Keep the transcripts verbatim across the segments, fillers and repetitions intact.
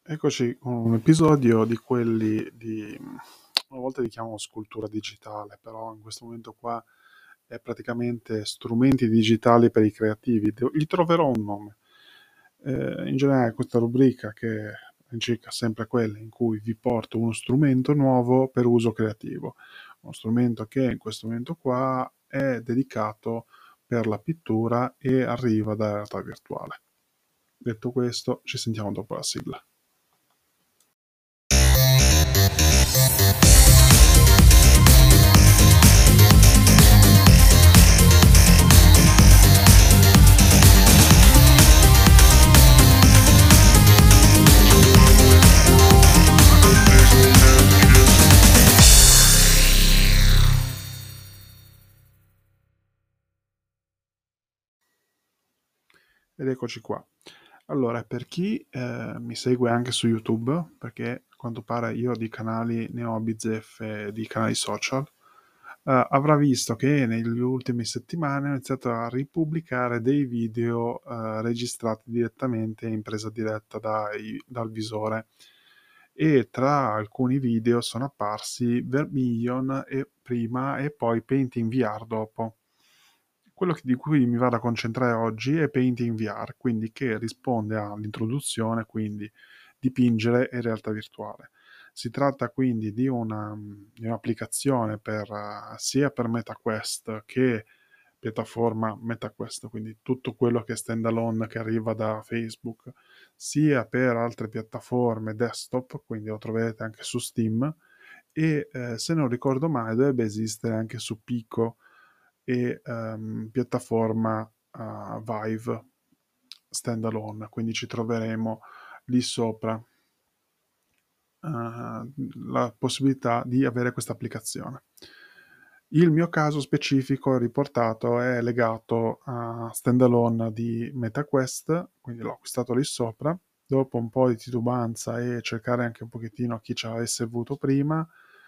Eccoci con un episodio di quelli di, una volta li chiamavo scultura digitale, però in questo momento qua è praticamente strumenti digitali per i creativi. De- Gli troverò un nome. Eh, in generale questa rubrica, che è circa sempre quella in cui vi porto uno strumento nuovo per uso creativo, uno strumento che in questo momento qua è dedicato per la pittura e arriva da realtà virtuale. Detto questo, ci sentiamo dopo la sigla. Ed eccoci qua. Allora, per chi eh, mi segue anche su YouTube, perché a quanto pare io di canali ne ho a bizzeffe, di canali social, eh, avrà visto che negli ultimi settimane ho iniziato a ripubblicare dei video eh, registrati direttamente in presa diretta dai- dal visore. E tra alcuni video sono apparsi Vermilion e prima e poi Painting V R dopo. Quello che- di cui mi vado a concentrare oggi è Painting V R, quindi che risponde all'introduzione, quindi dipingere in realtà virtuale. Si tratta quindi di una, di un'applicazione per, eh, sia per MetaQuest che piattaforma MetaQuest, quindi tutto quello che è standalone che arriva da Facebook, sia per altre piattaforme desktop, quindi lo troverete anche su Steam, e eh, se non ricordo male dovrebbe esistere anche su Pico e ehm, piattaforma uh, Vive standalone, quindi ci troveremo lì sopra uh, la possibilità di avere questa applicazione. Il mio caso specifico riportato è legato a standalone di MetaQuest, quindi l'ho acquistato lì sopra. Dopo un po' di titubanza e cercare anche un pochettino chi ce l'avesse avuto prima,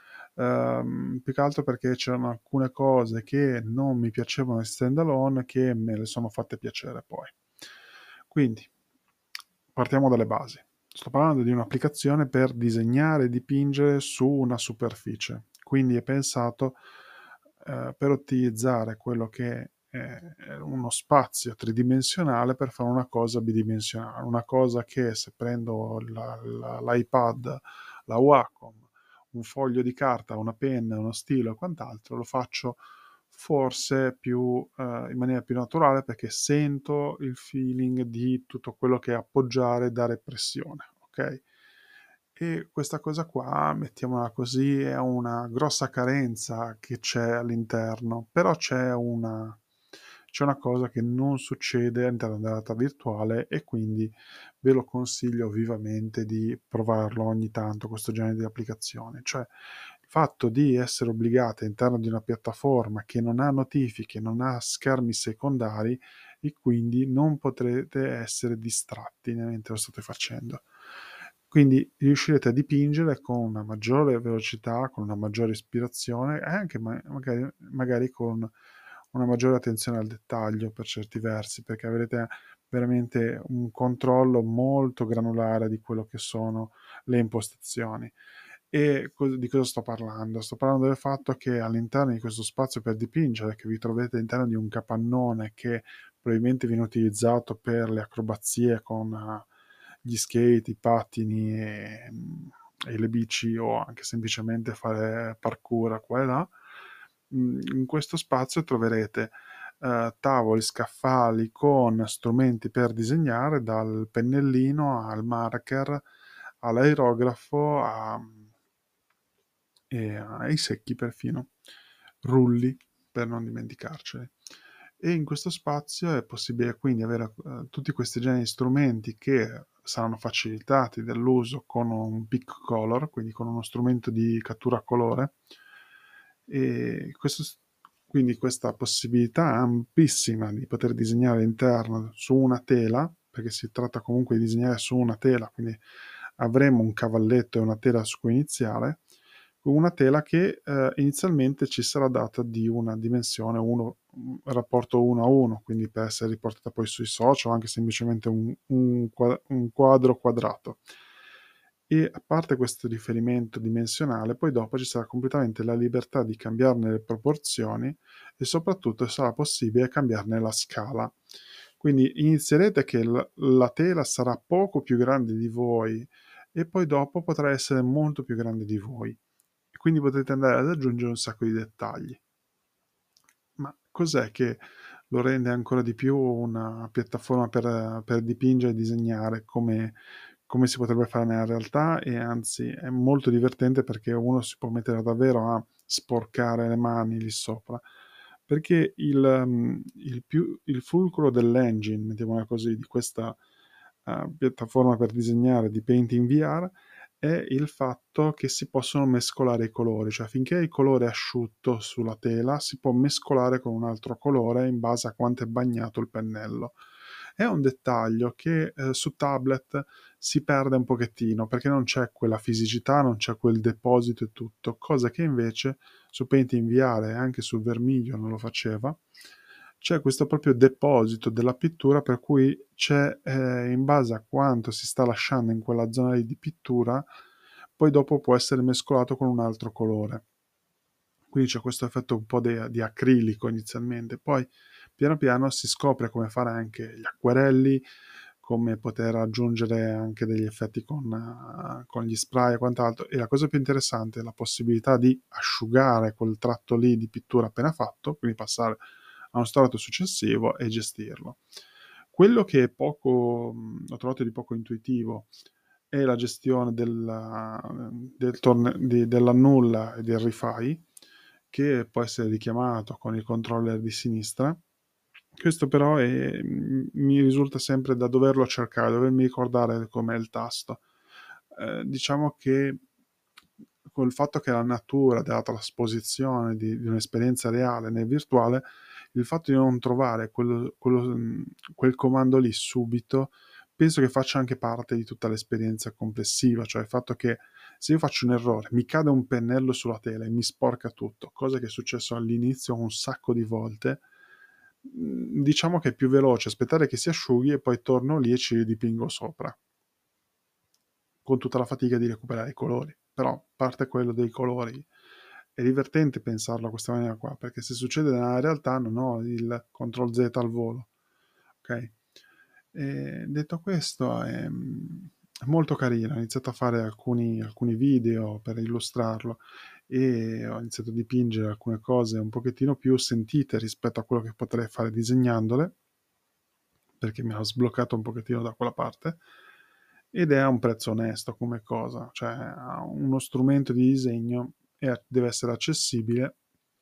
ehm, più che altro perché c'erano alcune cose che non mi piacevano in standalone che me le sono fatte piacere poi. Quindi, partiamo dalle basi. Sto parlando di un'applicazione per disegnare e dipingere su una superficie, quindi è pensato eh, per utilizzare quello che è uno spazio tridimensionale per fare una cosa bidimensionale, una cosa che se prendo la, la, l'iPad, la Wacom, un foglio di carta, una penna, uno stilo e quant'altro, lo faccio forse più eh, in maniera più naturale perché sento il feeling di tutto quello che è appoggiare e dare pressione, ok? E questa cosa qua, mettiamola così, è una grossa carenza che c'è all'interno, però c'è una, c'è una cosa che non succede all'interno della realtà virtuale e quindi ve lo consiglio vivamente di provarlo ogni tanto, questo genere di applicazione. Cioè, il fatto di essere obbligati all'interno di una piattaforma che non ha notifiche, non ha schermi secondari e quindi non potrete essere distratti mentre lo state facendo. Quindi riuscirete a dipingere con una maggiore velocità, con una maggiore ispirazione e anche ma- magari, magari con una maggiore attenzione al dettaglio per certi versi, perché avrete veramente un controllo molto granulare di quello che sono le impostazioni. E co- di cosa sto parlando? Sto parlando del fatto che all'interno di questo spazio per dipingere, che vi trovate all'interno di un capannone che probabilmente viene utilizzato per le acrobazie con uh, gli skate, i pattini e, e le bici o anche semplicemente fare parkour qua e là, in questo spazio troverete eh, tavoli, scaffali con strumenti per disegnare, dal pennellino al marker, all'aerografo, a, e ai secchi perfino, rulli per non dimenticarceli. E in questo spazio è possibile quindi avere eh, tutti questi generi di strumenti che saranno facilitati dall'uso con un pick color, quindi con uno strumento di cattura a colore. E questo, quindi questa possibilità ampissima di poter disegnare all'interno su una tela, perché si tratta comunque di disegnare su una tela, quindi avremo un cavalletto e una tela su cui iniziare, una tela che eh, inizialmente ci sarà data di una dimensione uno, rapporto uno a uno, quindi per essere riportata poi sui social, anche semplicemente un, un, un quadro quadrato. E a parte questo riferimento dimensionale, poi dopo ci sarà completamente la libertà di cambiarne le proporzioni e soprattutto sarà possibile cambiarne la scala. Quindi inizierete che l- la tela sarà poco più grande di voi e poi dopo potrà essere molto più grande di voi. E quindi potete andare ad aggiungere un sacco di dettagli. Ma cos'è che lo rende ancora di più una piattaforma per, per dipingere e disegnare come, come si potrebbe fare nella realtà? E anzi è molto divertente perché uno si può mettere davvero a sporcare le mani lì sopra. Perché il, mm, il, più, il fulcro dell'engine, mettiamola così, di questa eh, piattaforma per disegnare di Painting V R è il fatto che si possono mescolare i colori, cioè finché il colore è asciutto sulla tela si può mescolare con un altro colore in base a quanto è bagnato il pennello. È un dettaglio che eh, su tablet si perde un pochettino perché non c'è quella fisicità, non c'è quel deposito e tutto, cosa che invece su Painting V R e anche su Vermilion non lo faceva. C'è questo proprio deposito della pittura per cui c'è, eh, in base a quanto si sta lasciando in quella zona lì di pittura, poi dopo può essere mescolato con un altro colore. Quindi c'è questo effetto un po' di, di acrilico inizialmente, poi piano piano si scopre come fare anche gli acquerelli, come poter aggiungere anche degli effetti con, uh, con gli spray e quant'altro. E la cosa più interessante è la possibilità di asciugare quel tratto lì di pittura appena fatto, quindi passare a uno strato successivo e gestirlo. Quello che è poco, ho trovato di poco intuitivo è la gestione della, del torne, di, dell'annulla e del rifai, che può essere richiamato con il controller di sinistra. Questo però è, mi risulta sempre da doverlo cercare, dovermi ricordare com'è il tasto. Eh, diciamo che col fatto che la natura della trasposizione di, di un'esperienza reale nel virtuale, il fatto di non trovare quello, quello, quel comando lì subito, penso che faccia anche parte di tutta l'esperienza complessiva, cioè il fatto che se io faccio un errore, mi cade un pennello sulla tela e mi sporca tutto, cosa che è successo all'inizio un sacco di volte, diciamo che è più veloce aspettare che si asciughi e poi torno lì e ci dipingo sopra, con tutta la fatica di recuperare i colori. Però, a parte quello dei colori, è divertente pensarlo a questa maniera qua, perché se succede nella realtà non ho il control Z al volo. Ok? E detto questo, è, è molto carino. Ho iniziato a fare alcuni, alcuni video per illustrarlo e ho iniziato a dipingere alcune cose un pochettino più sentite rispetto a quello che potrei fare disegnandole, perché mi ha sbloccato un pochettino da quella parte, ed è a un prezzo onesto come cosa, cioè uno strumento di disegno e deve essere accessibile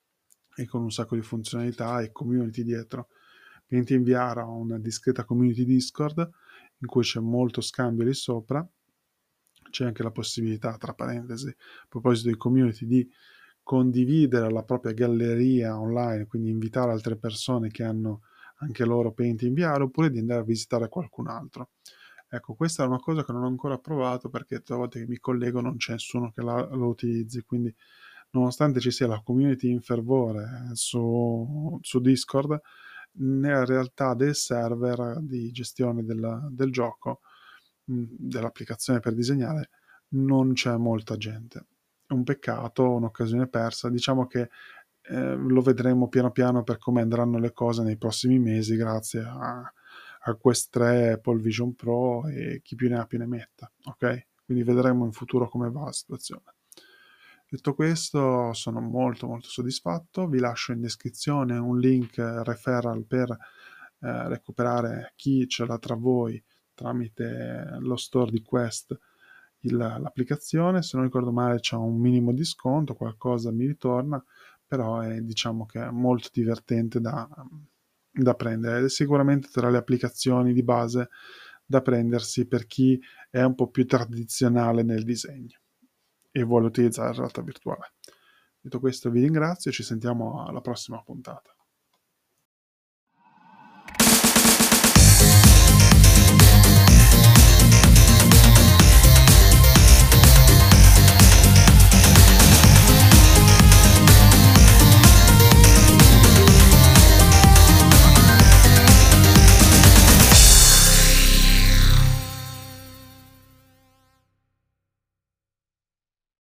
e con un sacco di funzionalità e community dietro. Painting V R ha una discreta community Discord in cui c'è molto scambio lì sopra, c'è anche la possibilità, tra parentesi, a proposito di community, di condividere la propria galleria online, quindi invitare altre persone che hanno anche loro Painting V R oppure di andare a visitare qualcun altro. Ecco, questa è una cosa che non ho ancora provato perché tutte le volte che mi collego non c'è nessuno che la, lo utilizzi, quindi nonostante ci sia la community in fervore su, su Discord, nella realtà del server di gestione della, del gioco, mh, dell'applicazione per disegnare, non c'è molta gente. È un peccato, un'occasione persa. Diciamo che eh, lo vedremo piano piano per come andranno le cose nei prossimi mesi grazie a, a Quest tre, Apple Vision Pro e chi più ne ha più ne metta, ok? Quindi vedremo in futuro come va la situazione. Detto questo, sono molto molto soddisfatto. Vi lascio in descrizione un link eh, referral per eh, recuperare chi ce l'ha tra voi tramite lo store di Quest il- l'applicazione. Se non ricordo male c'è un minimo di sconto, qualcosa mi ritorna, però è diciamo che è molto divertente da, da prendere ed è sicuramente tra le applicazioni di base da prendersi per chi è un po' più tradizionale nel disegno e vuole utilizzare la realtà virtuale. Detto questo vi ringrazio e ci sentiamo alla prossima puntata.